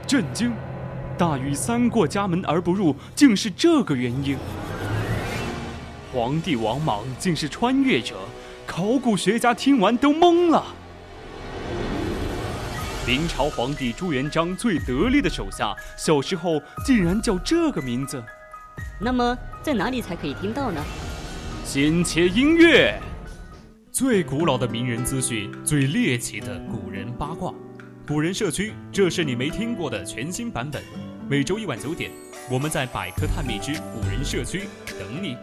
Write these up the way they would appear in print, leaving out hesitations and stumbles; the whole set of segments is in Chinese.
震惊！大禹三过家门而不入，竟是这个原因。皇帝王莽竟是穿越者，考古学家听完都懵了。明朝皇帝朱元璋最得力的手下，小时候竟然叫这个名字。 那么在哪里才可以听到呢？ 先切音乐。最古老的名人资讯，最猎奇的古人八卦，古人社区，这是你没听过的全新版本。每周1晚9点，我们在百科探秘之古人社区等你。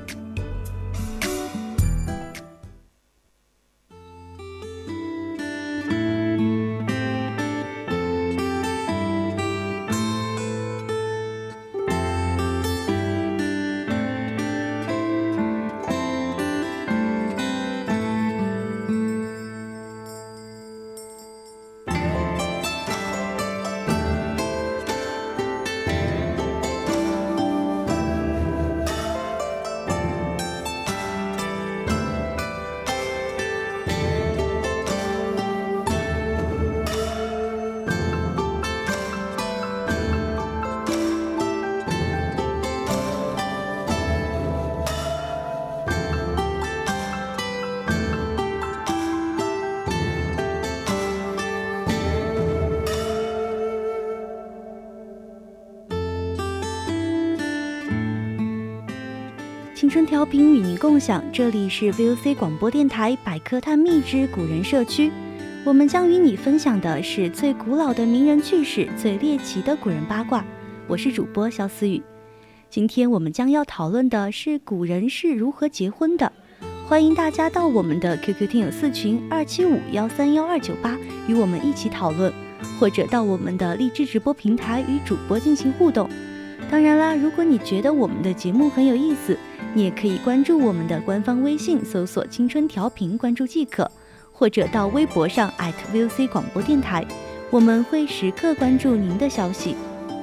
青春调频与您共享，这里是 VOC 广播电台百科探秘之古人社区。我们将与你分享的是最古老的名人趣事，最猎奇的古人八卦。我是主播肖思雨。今天我们将要讨论的是古人是如何结婚的。欢迎大家到我们的 QQ 听友4群275131298与我们一起讨论，或者到我们的荔枝直播平台与主播进行互动。当然啦，如果你觉得我们的节目很有意思，你也可以关注我们的官方微信，搜索青春调频关注即可，或者到微博上@VOC 广播电台，我们会时刻关注您的消息。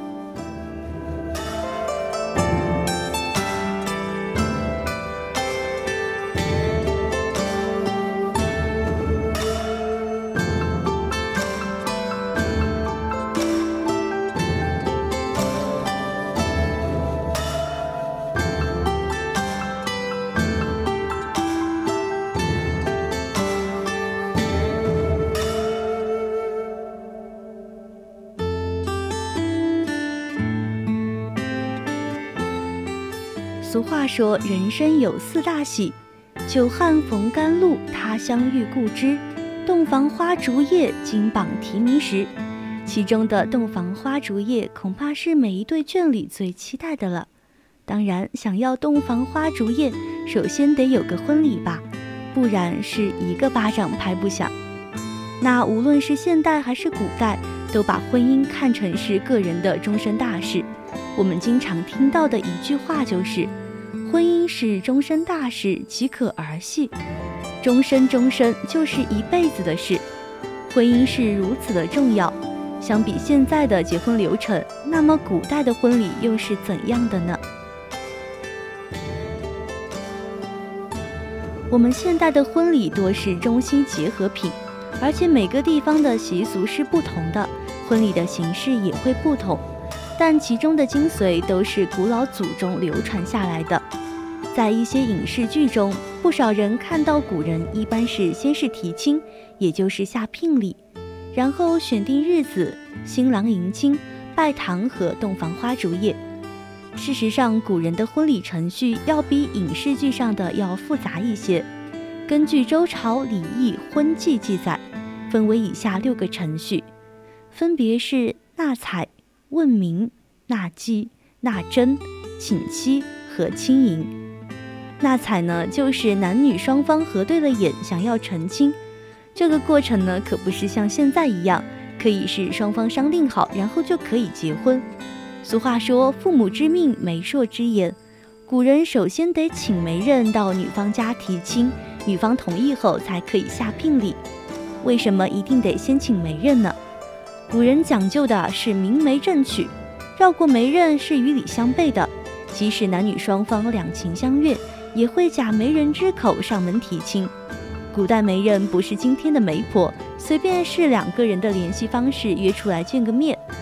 俗话说，人生有4大喜：久旱逢甘露，他乡遇故知，洞房花烛夜，金榜题名时。其中的洞房花烛夜恐怕是每一对眷侣最期待的了。当然，想要洞房花烛夜，首先得有个婚礼吧，不然是一个巴掌拍不响。那无论是现代还是古代，都把婚姻看成是个人的终身大事。我们经常听到的一句话就是婚姻是终身大事，岂可儿戏。终身就是一辈子的事，婚姻是如此的重要。相比现在的结婚流程，那么古代的婚礼又是怎样的呢？我们现代的婚礼多是中西结合品，而且每个地方的习俗是不同的，婚礼的形式也会不同，但其中的精髓都是古老祖宗流传下来的。在一些影视剧中，不少人看到古人一般是先是提亲，也就是下聘礼，然后选定日子，新郎迎亲、拜堂和洞房花烛夜。事实上，古人的婚礼程序要比影视剧上的要复杂一些。根据周朝礼义婚纪记载，分为以下6个程序，分别是纳采、问名、纳姬、纳征、请期和亲迎。纳采呢，就是男女双方核对了眼，想要成亲。这个过程呢，可不是像现在一样，可以是双方商定好，然后就可以结婚。俗话说，父母之命，媒妁之言。古人首先得请媒人到女方家提亲，女方同意后才可以下聘礼。为什么一定得先请媒人呢？古人讲究的是明媒正娶，绕过媒人是与礼相悖的。即使男女双方两情相悦，也会假媒人之口上门提亲。古代媒人不是今天的媒婆，随便是2个人的联系方式约出来见个面。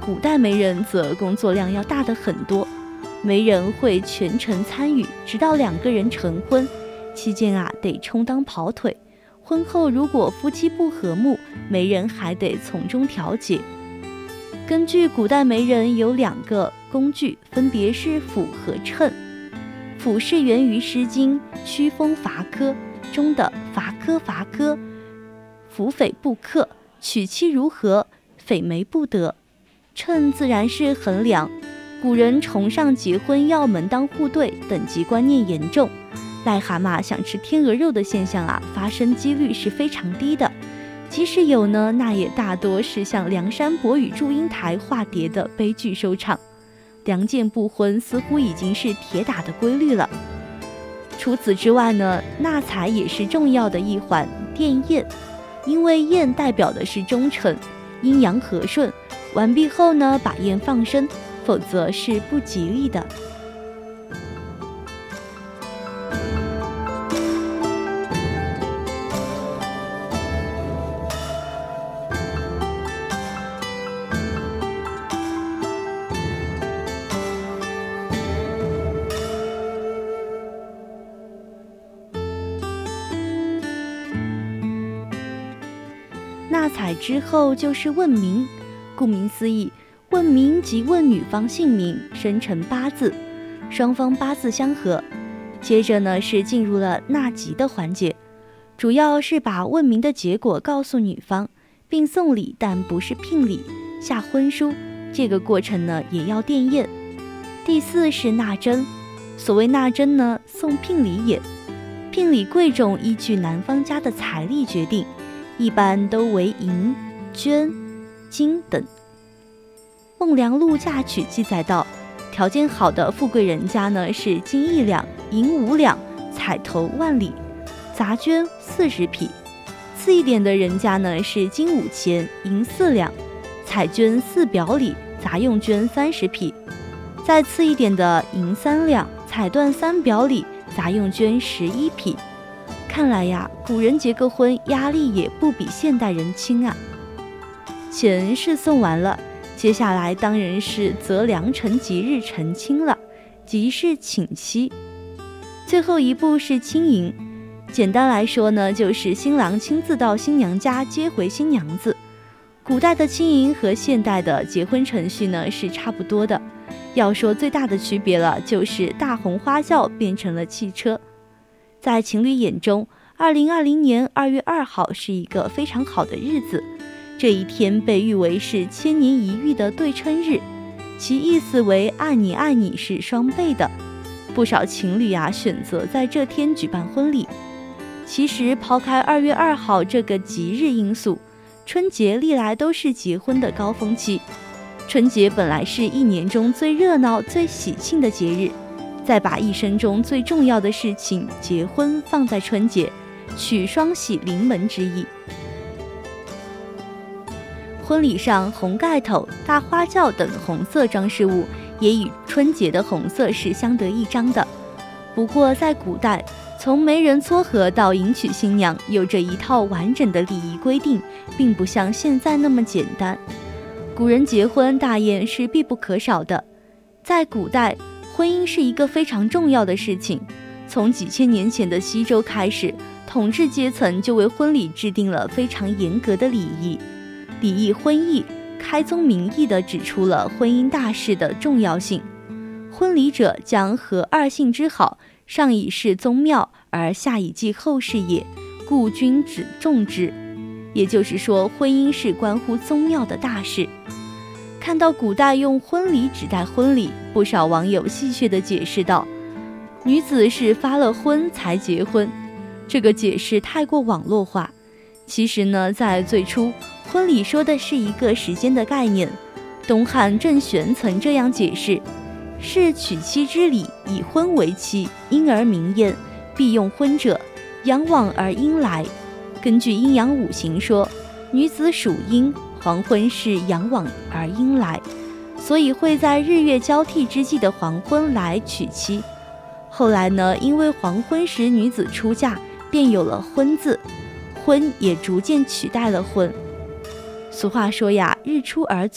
古代媒人则工作量要大得很多，媒人会全程参与，直到2个人成婚，期间得充当跑腿。婚后如果夫妻不和睦，媒人还得从中调解。根据古代媒人有2个工具，分别是斧和秤。斧是源于《诗经·曲风伐柯》中的伐柯伐柯，斧匪不克，娶妻如何，匪媒不得。秤自然是衡量，古人崇尚结婚要门当户对，等级观念严重，癞蛤蟆想吃天鹅肉的现象发生几率是非常低的，即使有呢，那也大多是像梁山伯与祝英台化蝶的悲剧收场。良贱不婚似乎已经是铁打的规律了。除此之外呢，纳采也是重要的一环，奠宴。因为宴代表的是忠诚，阴阳和顺，完毕后呢，把宴放生，否则是不吉利的。纳采之后就是问名，顾名思义，问名即问女方姓名、生辰八字，双方八字相合。接着呢是进入了纳吉的环节，主要是把问名的结果告诉女方，并送礼，但不是聘礼，下婚书。这个过程呢也要奠宴。第4是纳征，所谓纳征呢，送聘礼也。聘礼贵重依据男方家的财力决定，一般都为银、绢、金等。《孟良录嫁娶》记载道，条件好的富贵人家呢是金1两、银5两，彩头万里，杂绢40匹；次一点的人家呢是金5钱、银4两，彩绢4表里，杂用绢30匹；再次一点的银3两，彩缎3表里，杂用绢11匹。看来呀，古人结个婚压力也不比现代人轻啊。钱是送完了，接下来当然是择良辰吉日成亲了，即是请妻。最后一步是亲迎，简单来说呢，就是新郎亲自到新娘家接回新娘子。古代的亲迎和现代的结婚程序呢是差不多的，要说最大的区别了，就是大红花轿变成了汽车。在情侣眼中，2020年2月2号是一个非常好的日子，这一天被誉为是千年一遇的对称日，其意思为爱你爱你是双倍的。不少情侣选择在这天举办婚礼。其实抛开2月2号这个吉日因素，春节历来都是结婚的高峰期。春节本来是一年中最热闹最喜庆的节日，再把一生中最重要的事情结婚放在春节，取双喜临门之意。婚礼上红盖头、大花轿等红色装饰物也与春节的红色是相得益彰的。不过在古代，从媒人撮合到迎娶新娘有着一套完整的礼仪规定，并不像现在那么简单。古人结婚大宴是必不可少的。在古代，婚姻是一个非常重要的事情，从几千年前的西周开始，统治阶层就为婚礼制定了非常严格的礼仪。礼义婚义开宗明义地指出了婚姻大事的重要性。婚礼者将合二姓之好，上以事宗庙，而下以继后世也，故君指重之。也就是说，婚姻是关乎宗庙的大事。看到古代用婚礼指代婚礼，不少网友戏谑地解释道，女子是发了婚才结婚。这个解释太过网络化。其实呢，在最初，婚礼说的是一个时间的概念。东汉郑玄曾这样解释，是娶妻之礼，以婚为期，因而明宴，必用婚者，阳往而阴来。根据阴阳五行说，女子属阴，黄昏是阳往而阴来，所以会在日月交替之际的黄昏来娶妻。后来呢，因为黄昏时女子出嫁，便有了婚字，婚也逐渐取代了婚。俗话说呀，日出而作，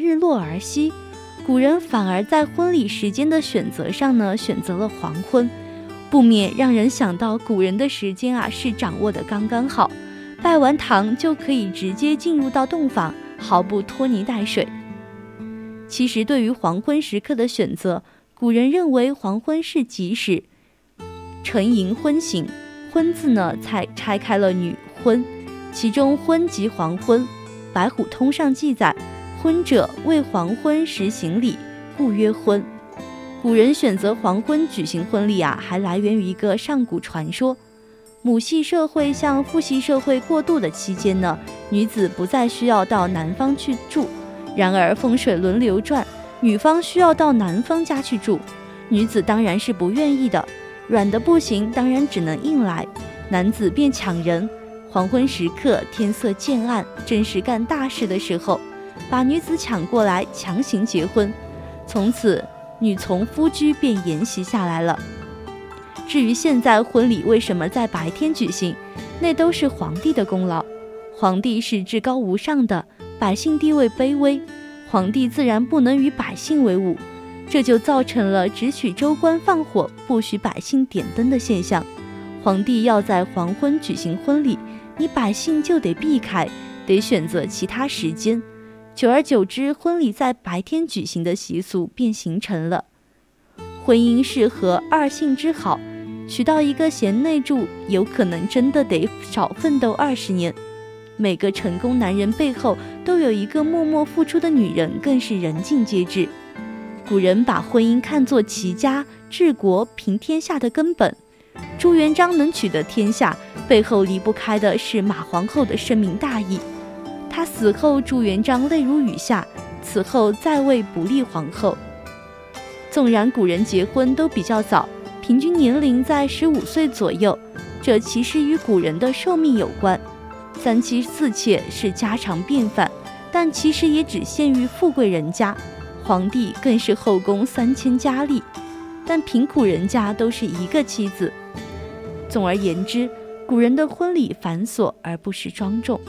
日落而息，古人反而在婚礼时间的选择上呢，选择了黄昏，不免让人想到古人的时间是掌握的刚刚好，拜完堂就可以直接进入到洞房，毫不拖泥带水。其实对于黄昏时刻的选择，古人认为黄昏是吉时，沉吟昏醒，昏字呢才拆开了女昏，其中昏即黄昏。白虎通上记载，昏者为黄昏时行礼，故曰昏。古人选择黄昏举行婚礼还来源于一个上古传说。母系社会向父系社会过渡的期间呢，女子不再需要到男方去住，然而风水轮流转，女方需要到男方家去住，女子当然是不愿意的，软的不行，当然只能硬来，男子便抢人。黄昏时刻，天色渐暗，正是干大事的时候，把女子抢过来，强行结婚。从此，女从夫居便沿袭下来了。至于现在婚礼为什么在白天举行，那都是皇帝的功劳。皇帝是至高无上的，百姓地位卑微，皇帝自然不能与百姓为伍，这就造成了只许州官放火，不许百姓点灯的现象。皇帝要在黄昏举行婚礼，你百姓就得避开，得选择其他时间。久而久之，婚礼在白天举行的习俗便形成了。婚姻适合二姓之好，娶到一个贤内助，有可能真的得少奋斗20年。每个成功男人背后都有一个默默付出的女人，更是人尽皆知。古人把婚姻看作齐家、治国、平天下的根本。朱元璋能取得天下，背后离不开的是马皇后的深明大义。他死后，朱元璋泪如雨下，此后再位不立皇后。纵然古人结婚都比较早，平均年龄在15岁左右，这其实与古人的寿命有关。3妻4妾是家常便饭，但其实也只限于富贵人家，皇帝更是后宫3000佳丽，但贫苦人家都是一个妻子。总而言之，古人的婚礼繁琐而不是庄重。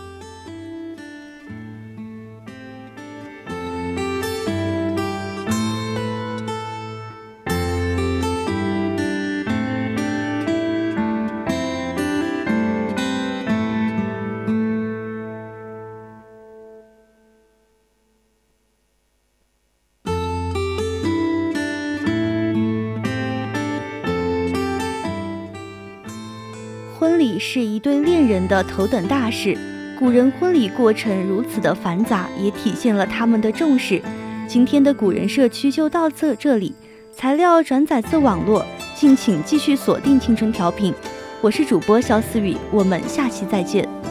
婚礼是一对恋人的头等大事，古人婚礼过程如此的繁杂，也体现了他们的重视。今天的古人社区就到这里，材料转载自网络，敬请继续锁定青春调频。我是主播肖思雨，我们下期再见。